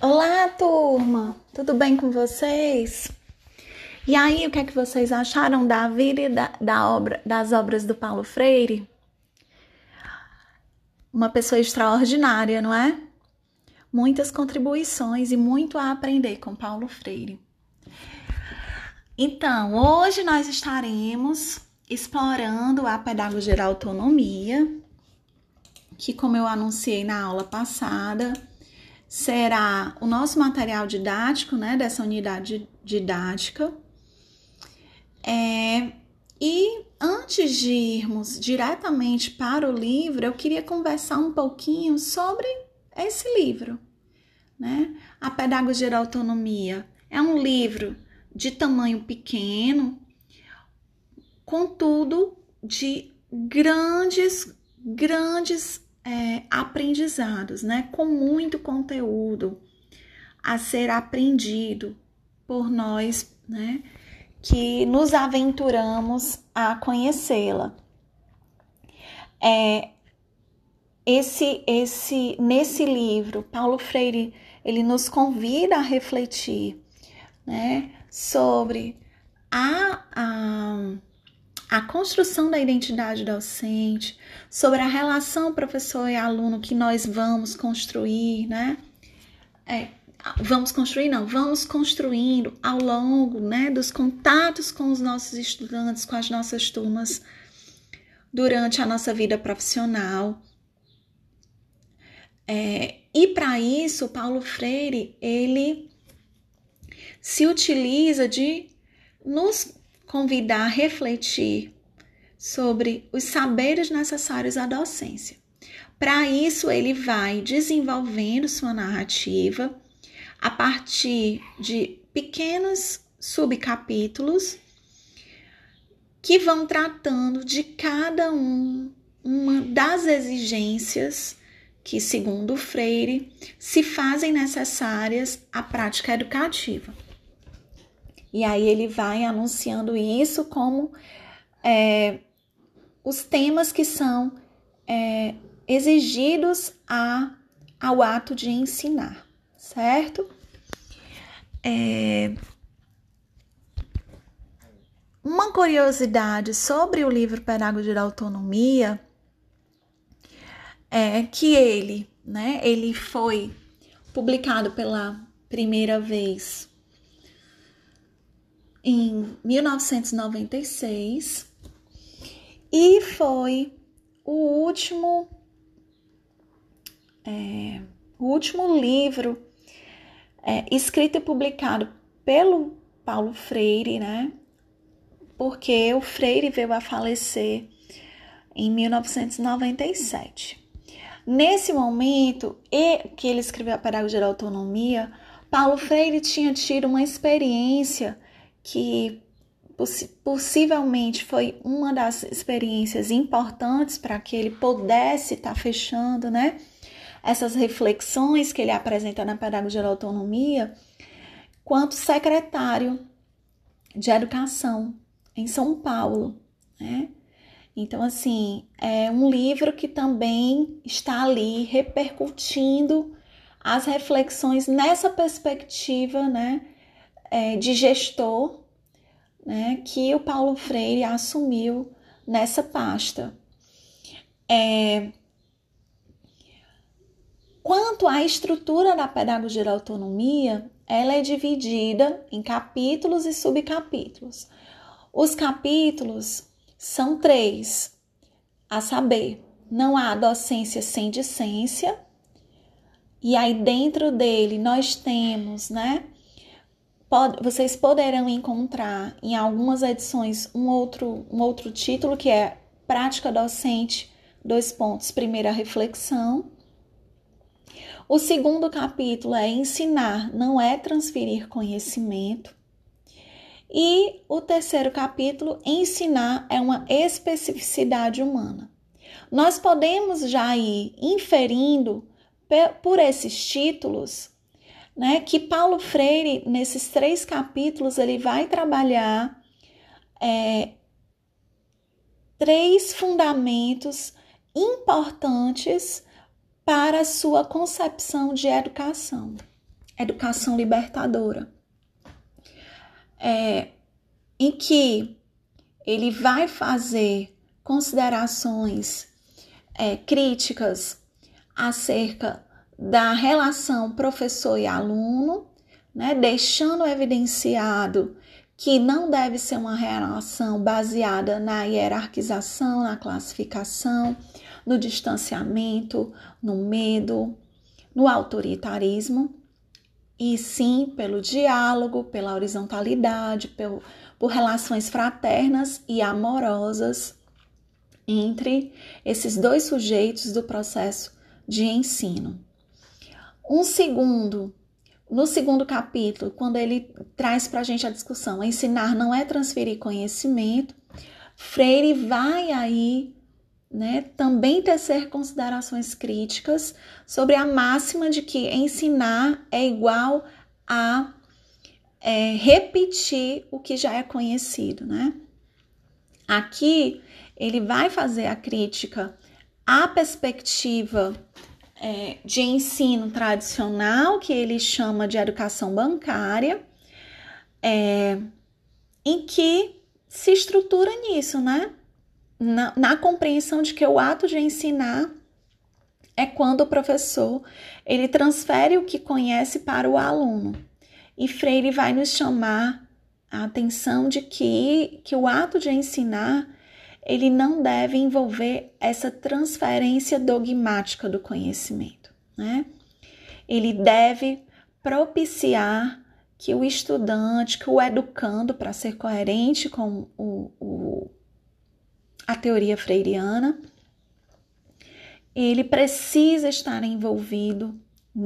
Olá, turma! Tudo bem com vocês? E aí, o que é que vocês acharam da vida e das obras do Paulo Freire? Uma pessoa extraordinária, não é? Muitas contribuições e muito a aprender com Paulo Freire. Então, hoje nós estaremos explorando a pedagogia da autonomia, que, como eu anunciei na aula passada, será o nosso material didático, né, dessa unidade didática. E antes de irmos diretamente para o livro, eu queria conversar um pouquinho sobre esse livro, né? A Pedagogia da Autonomia é um livro de tamanho pequeno, contudo de grandes aprendizados, né? Com muito conteúdo a ser aprendido por nós, né? Que nos aventuramos a conhecê-la. Nesse livro, Paulo Freire, ele nos convida a refletir, né, sobre a construção da identidade docente, sobre a relação professor e aluno que nós vamos construir, né? Vamos construindo ao longo, né, dos contatos com os nossos estudantes, com as nossas turmas, durante a nossa vida profissional. E para isso, Paulo Freire, ele se utiliza de nos convidar a refletir sobre os saberes necessários à docência. Para isso, ele vai desenvolvendo sua narrativa a partir de pequenos subcapítulos que vão tratando de cada uma das exigências que, segundo Freire, se fazem necessárias à prática educativa. E aí ele vai anunciando isso como os temas que são exigidos ao ato de ensinar, certo? Uma curiosidade sobre o livro Pedagogia da Autonomia é que ele foi publicado pela primeira vez em 1996 e foi o último livro escrito e publicado pelo Paulo Freire, né? Porque o Freire veio a falecer em 1997. Nesse momento que ele escreveu a Pedagogia da Autonomia, Paulo Freire tinha tido uma experiência que possivelmente foi uma das experiências importantes para que ele pudesse estar fechando, né, essas reflexões que ele apresenta na Pedagogia da Autonomia, quanto secretário de Educação em São Paulo, né? Então, assim, é um livro que também está ali repercutindo as reflexões nessa perspectiva, né, de gestor, né, que o Paulo Freire assumiu nessa pasta. Quanto à estrutura da Pedagogia da Autonomia, ela é dividida em capítulos e subcapítulos. Os capítulos são 3, a saber, não há docência sem discência, e aí dentro dele nós temos, né, vocês poderão encontrar em algumas edições um outro título que é Prática Docente, primeira reflexão. O segundo capítulo é Ensinar, não é transferir conhecimento. E o terceiro capítulo, Ensinar é uma especificidade humana. Nós podemos já ir inferindo por esses títulos, né, que Paulo Freire, nesses 3 capítulos, ele vai trabalhar 3 fundamentos importantes para a sua concepção de educação. educação libertadora, em que ele vai fazer considerações críticas acerca da relação professor e aluno, né, deixando evidenciado que não deve ser uma relação baseada na hierarquização, na classificação, no distanciamento, no medo, no autoritarismo, e sim pelo diálogo, pela horizontalidade, por relações fraternas e amorosas entre esses dois sujeitos do processo de ensino. No segundo capítulo, quando ele traz para a gente a discussão, ensinar não é transferir conhecimento, Freire vai aí, né, também tecer considerações críticas sobre a máxima de que ensinar é igual a repetir o que já é conhecido, né? Aqui ele vai fazer a crítica à perspectiva de ensino tradicional, que ele chama de educação bancária, em que se estrutura nisso, né? Na compreensão de que o ato de ensinar é quando o professor ele transfere o que conhece para o aluno. E Freire vai nos chamar a atenção de que o ato de ensinar ele não deve envolver essa transferência dogmática do conhecimento, né? Ele deve propiciar que o estudante, que o educando, para ser coerente com a teoria freiriana, ele precisa estar envolvido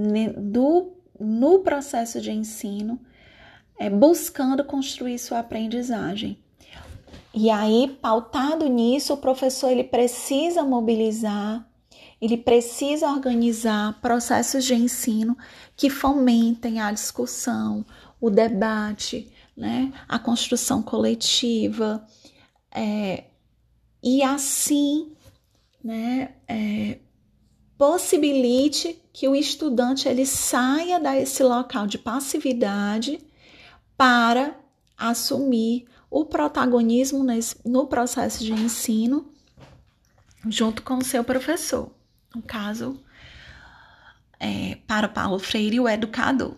no processo de ensino, buscando construir sua aprendizagem. E aí, pautado nisso, o professor ele precisa mobilizar, ele precisa organizar processos de ensino que fomentem a discussão, o debate, né, a construção coletiva, e assim, né, possibilite que o estudante ele saia desse local de passividade para assumir o protagonismo no processo de ensino junto com o seu professor. No caso, para Paulo Freire, o educador.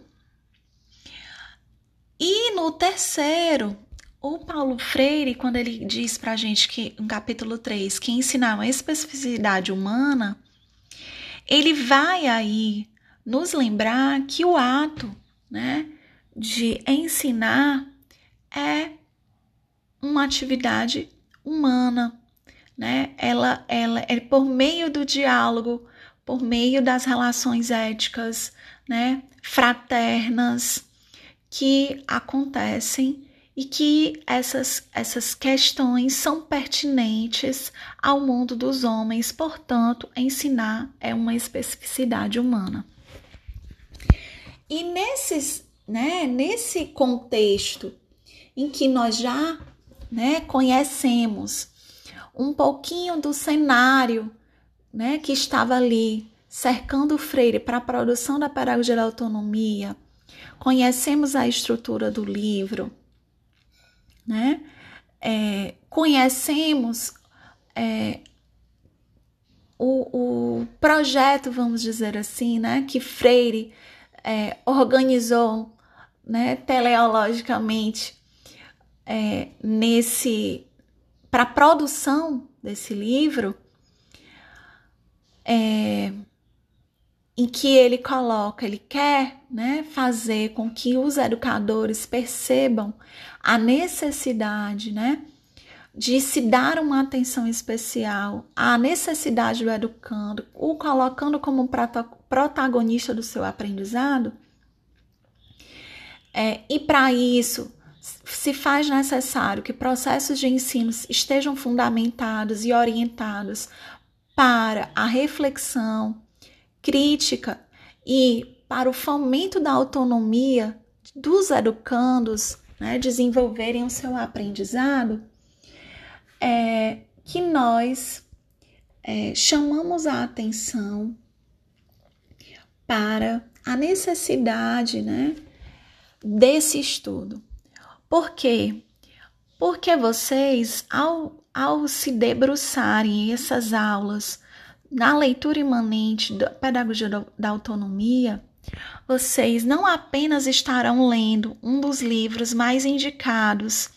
E no terceiro, o Paulo Freire, quando ele diz para a gente que, no capítulo 3, que ensinar uma especificidade humana, ele vai aí nos lembrar que o ato, né, de ensinar é uma atividade humana, né? Ela é por meio do diálogo, por meio das relações éticas, né, fraternas, que acontecem e que essas questões são pertinentes ao mundo dos homens, portanto, ensinar é uma especificidade humana. E nesse contexto em que nós já, né, conhecemos um pouquinho do cenário, né, que estava ali cercando o Freire para a produção da Pedagogia da Autonomia, conhecemos a estrutura do livro, né? Conhecemos o projeto, vamos dizer assim, né, que Freire organizou, né, teleologicamente para a produção desse livro, em que ele quer, né, fazer com que os educadores percebam a necessidade, né, de se dar uma atenção especial à necessidade do educando, o colocando como protagonista do seu aprendizado. E para isso, se faz necessário que processos de ensino estejam fundamentados e orientados para a reflexão crítica e para o fomento da autonomia dos educandos, né, desenvolverem o seu aprendizado, que nós chamamos a atenção para a necessidade, né, desse estudo. Por quê? Porque vocês, ao se debruçarem em essas aulas na leitura imanente da pedagogia da autonomia, vocês não apenas estarão lendo um dos livros mais indicados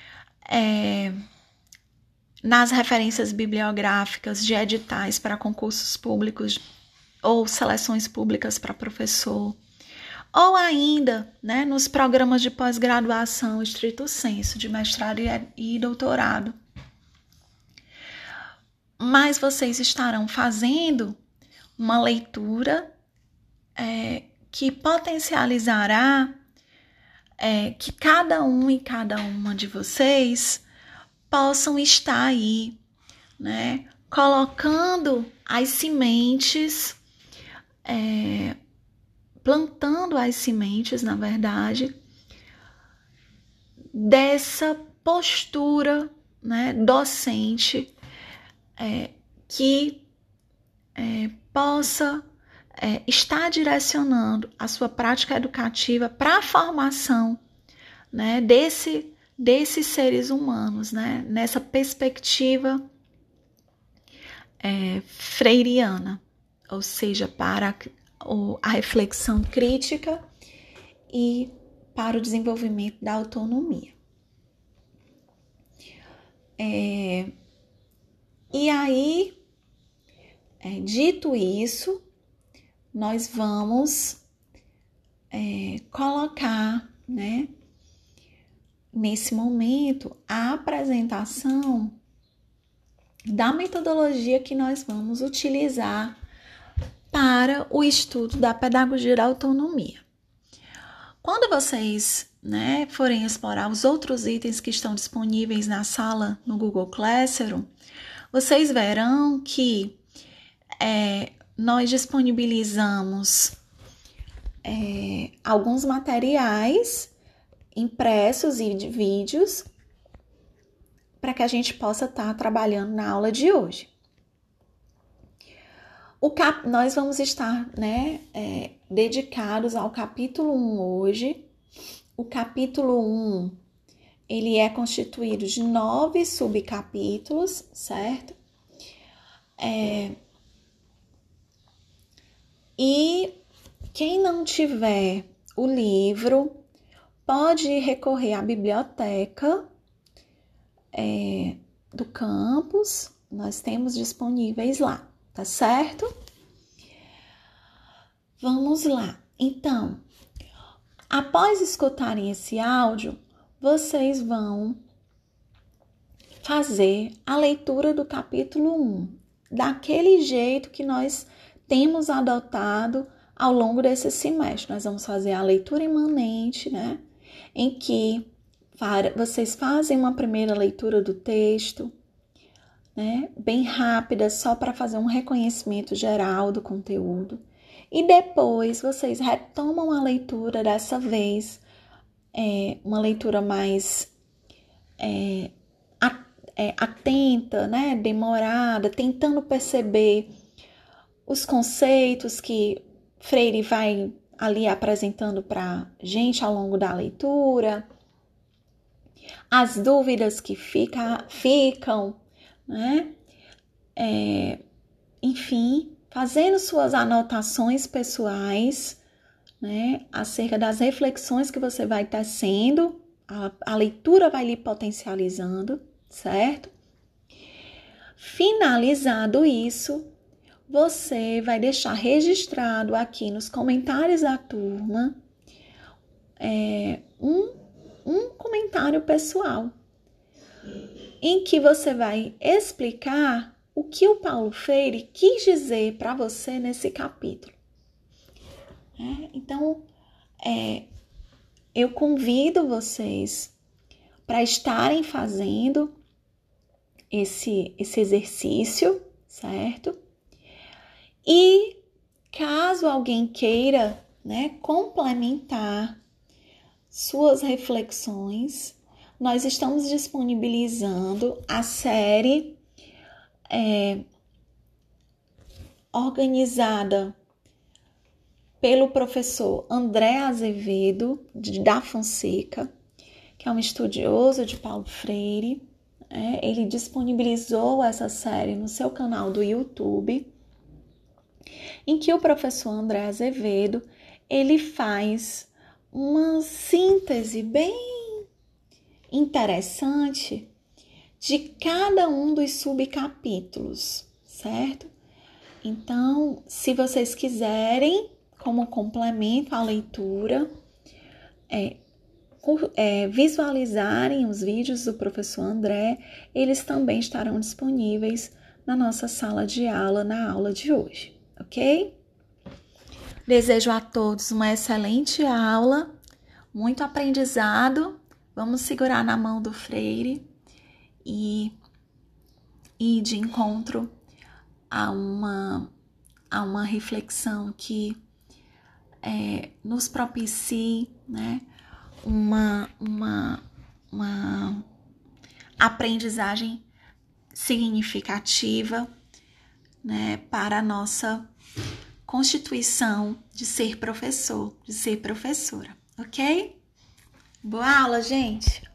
nas referências bibliográficas de editais para concursos públicos ou seleções públicas para professor, ou ainda, né, nos programas de pós-graduação estrito sensu, de mestrado e doutorado. Mas vocês estarão fazendo uma leitura que potencializará que cada um e cada uma de vocês possam estar aí, né, colocando as sementes, plantando as sementes, na verdade, dessa postura, né, docente, que possa estar direcionando a sua prática educativa para a formação, né, desses seres humanos, né, nessa perspectiva freiriana, ou seja, para a reflexão crítica e para o desenvolvimento da autonomia. E aí, dito isso, nós vamos colocar, né, nesse momento, a apresentação da metodologia que nós vamos utilizar para o estudo da pedagogia da autonomia. Quando vocês, né, forem explorar os outros itens que estão disponíveis na sala no Google Classroom, vocês verão que nós disponibilizamos alguns materiais impressos e de vídeos para que a gente possa estar trabalhando na aula de hoje. Nós vamos estar, né, dedicados ao capítulo 1 hoje. O capítulo 1, ele é constituído de 9 subcapítulos, certo? E quem não tiver o livro, pode recorrer à biblioteca do campus, nós temos disponíveis lá, tá certo? Vamos lá. Então, após escutarem esse áudio, vocês vão fazer a leitura do capítulo 1, daquele jeito que nós temos adotado ao longo desse semestre. Nós vamos fazer a leitura imanente, né? Em que vocês fazem uma primeira leitura do texto, né? Bem rápida, só para fazer um reconhecimento geral do conteúdo. E depois vocês retomam a leitura, dessa vez, uma leitura mais atenta, né? Demorada, tentando perceber os conceitos que Freire vai ali apresentando para gente ao longo da leitura, as dúvidas que ficam, né? Enfim, fazendo suas anotações pessoais, né? Acerca das reflexões que você vai tecendo, a leitura vai lhe potencializando, certo? Finalizado isso, você vai deixar registrado aqui nos comentários da turma um comentário pessoal em que você vai explicar o que o Paulo Freire quis dizer para você nesse capítulo. Então, eu convido vocês para estarem fazendo esse exercício, certo? E caso alguém queira, né, complementar suas reflexões, nós estamos disponibilizando a série organizada pelo professor André Azevedo da Fonseca, que é um estudioso de Paulo Freire. Ele disponibilizou essa série no seu canal do YouTube, em que o professor André Azevedo ele faz uma síntese bem interessante de cada um dos subcapítulos, certo? Então, se vocês quiserem, como complemento à leitura, visualizarem os vídeos do professor André, eles também estarão disponíveis na nossa sala de aula, na aula de hoje, ok? Desejo a todos uma excelente aula, muito aprendizado. Vamos segurar na mão do Freire e ir de encontro a uma reflexão que nos propicie, né, uma aprendizagem significativa, né, para a nossa constituição de ser professor, de ser professora, ok? Boa aula, gente!